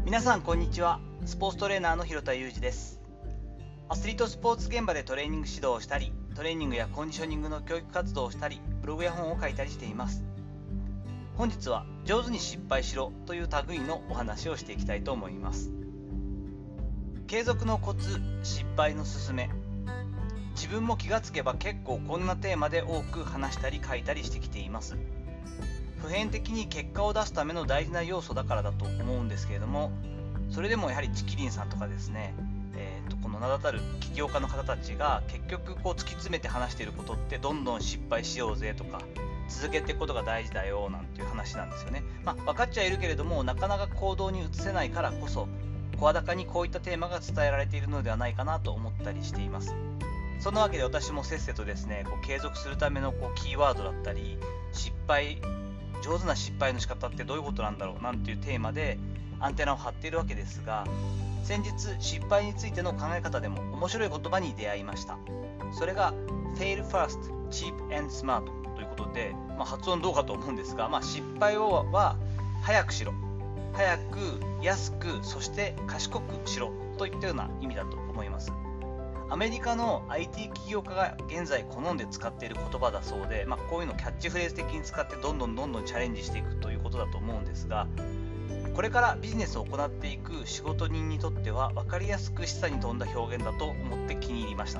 皆さんこんにちは。スポーツトレーナーの広田裕二です。アスリートスポーツ現場でトレーニング指導をしたり、トレーニングやコンディショニングの教育活動をしたり、ブログや本を書いたりしています。本日は上手に失敗しろという類のお話をしていきたいと思います。継続のコツ、失敗のすすめ。自分も気がつけば結構こんなテーマで多く話したり書いたりしてきています。普遍的に結果を出すための大事な要素だからだと思うんですけれども、それでもやはりチキリンさんとかですね、この名だたる起業家の方たちが結局突き詰めて話していることって、どんどん失敗しようぜとか、続けていくことが大事だよなんていう話なんですよね。分かっちゃいるけれども、なかなか行動に移せないからこそ、声高にこういったテーマが伝えられているのではないかなと思ったりしています。そんなわけで私もせっせとですね、継続するためのキーワードだったり、上手な失敗の仕方ってどういうことなんだろうなんていうテーマでアンテナを張っているわけですが、先日失敗についての考え方でも面白い言葉に出会いました。それが Fail fast, cheap and smart ということで、発音どうかと思うんですが、失敗は早くしろ、早く安くそして賢くしろといったような意味だと思います。アメリカの IT 起業家が現在好んで使っている言葉だそうで、こういうのをキャッチフレーズ的に使ってどんどんチャレンジしていくということだと思うんですが、これからビジネスを行っていく仕事人にとっては分かりやすく示唆に富んだ表現だと思って気に入りました。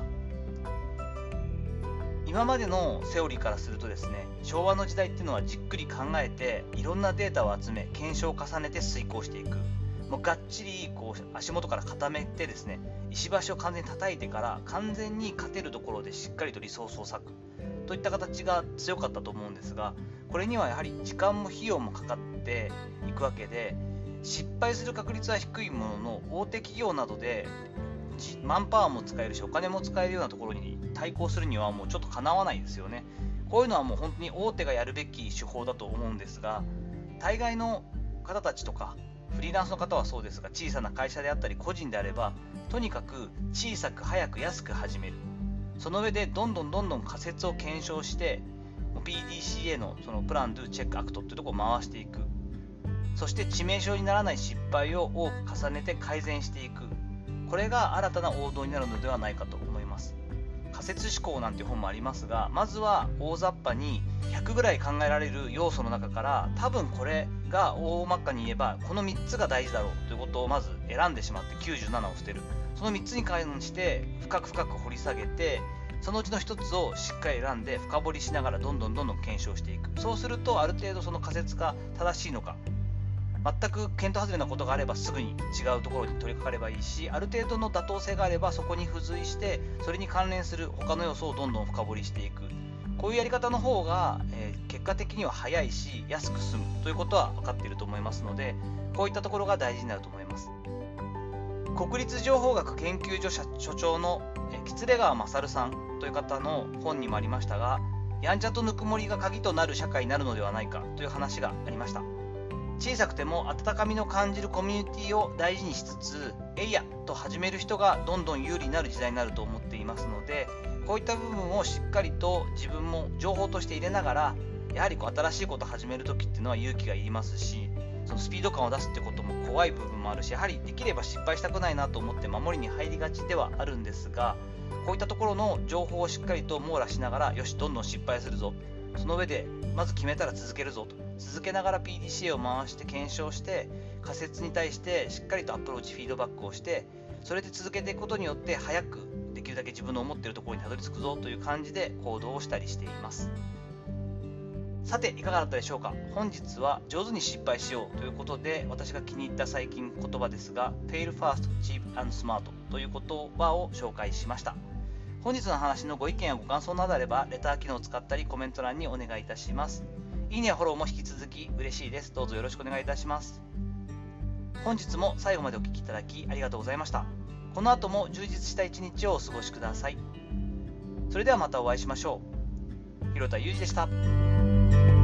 今までのセオリーからするとですね、昭和の時代っていうのはじっくり考えていろんなデータを集め検証を重ねて遂行していく、がっちり足元から固めてですね、石橋を完全に叩いてから完全に勝てるところでしっかりとリソースを割くといった形が強かったと思うんですが、これにはやはり時間も費用もかかっていくわけで、失敗する確率は低いものの、大手企業などでマンパワーも使えるしお金も使えるようなところに対抗するにはもうちょっとかなわないですよね。こういうのはもう本当に大手がやるべき手法だと思うんですが、大概の方たちとかフリーランスの方はそうですが、小さな会社であったり個人であれば、とにかく小さく早く安く始める。その上でどんどん仮説を検証して PDCA のそのプラン・ドゥ・チェック・アクトというところを回していく。そして致命傷にならない失敗を多く重ねて改善していく。これが新たな王道になるのではないかと思います。仮説思考なんていう本もありますが、まずは大雑把に100ぐらい考えられる要素の中から、多分これが大まかに言えばこの3つが大事だろうということをまず選んでしまって97を捨てる。その3つに関して深く掘り下げて、そのうちの1つをしっかり選んで深掘りしながらどんどん検証していく。そうするとある程度その仮説が正しいのか、全く見当外れなことがあればすぐに違うところに取り掛かればいいし、ある程度の妥当性があればそこに付随してそれに関連する他の要素をどんどん深掘りしていく。こういうやり方の方が、結果的には早いし安く済むということは分かっていると思いますので、こういったところが大事になると思います。国立情報学研究所所長の喜連川勝さんという方の本にもありましたが、やんちゃとぬくもりが鍵となる社会になるのではないかという話がありました。小さくても温かみの感じるコミュニティを大事にしつつ、えいやと始める人がどんどん有利になる時代になると思っていますので、こういった部分をしっかりと自分も情報として入れながら、やはり新しいことを始めるときっていうのは勇気がいりますし、そのスピード感を出すってことも怖い部分もあるし、やはりできれば失敗したくないなと思って守りに入りがちではあるんですが、こういったところの情報をしっかりと網羅しながら、よしどんどん失敗するぞ、その上でまず決めたら続けるぞと、続けながら PDCA を回して検証して、仮説に対してしっかりとアプローチフィードバックをして、それで続けていくことによって早くできるだけ自分の思っているところにたどり着くぞという感じで行動をしたりしています。さていかがだったでしょうか。本日は上手に失敗しようということで、私が気に入った最近言葉ですが Fail fast, cheap and smart という言葉を紹介しました。本日の話のご意見やご感想などあれば、レター機能を使ったりコメント欄にお願いいたします。いいねやフォローも引き続き嬉しいです。どうぞよろしくお願いいたします。本日も最後までお聞きいただきありがとうございました。この後も充実した一日をお過ごしください。それではまたお会いしましょう。広田裕二でした。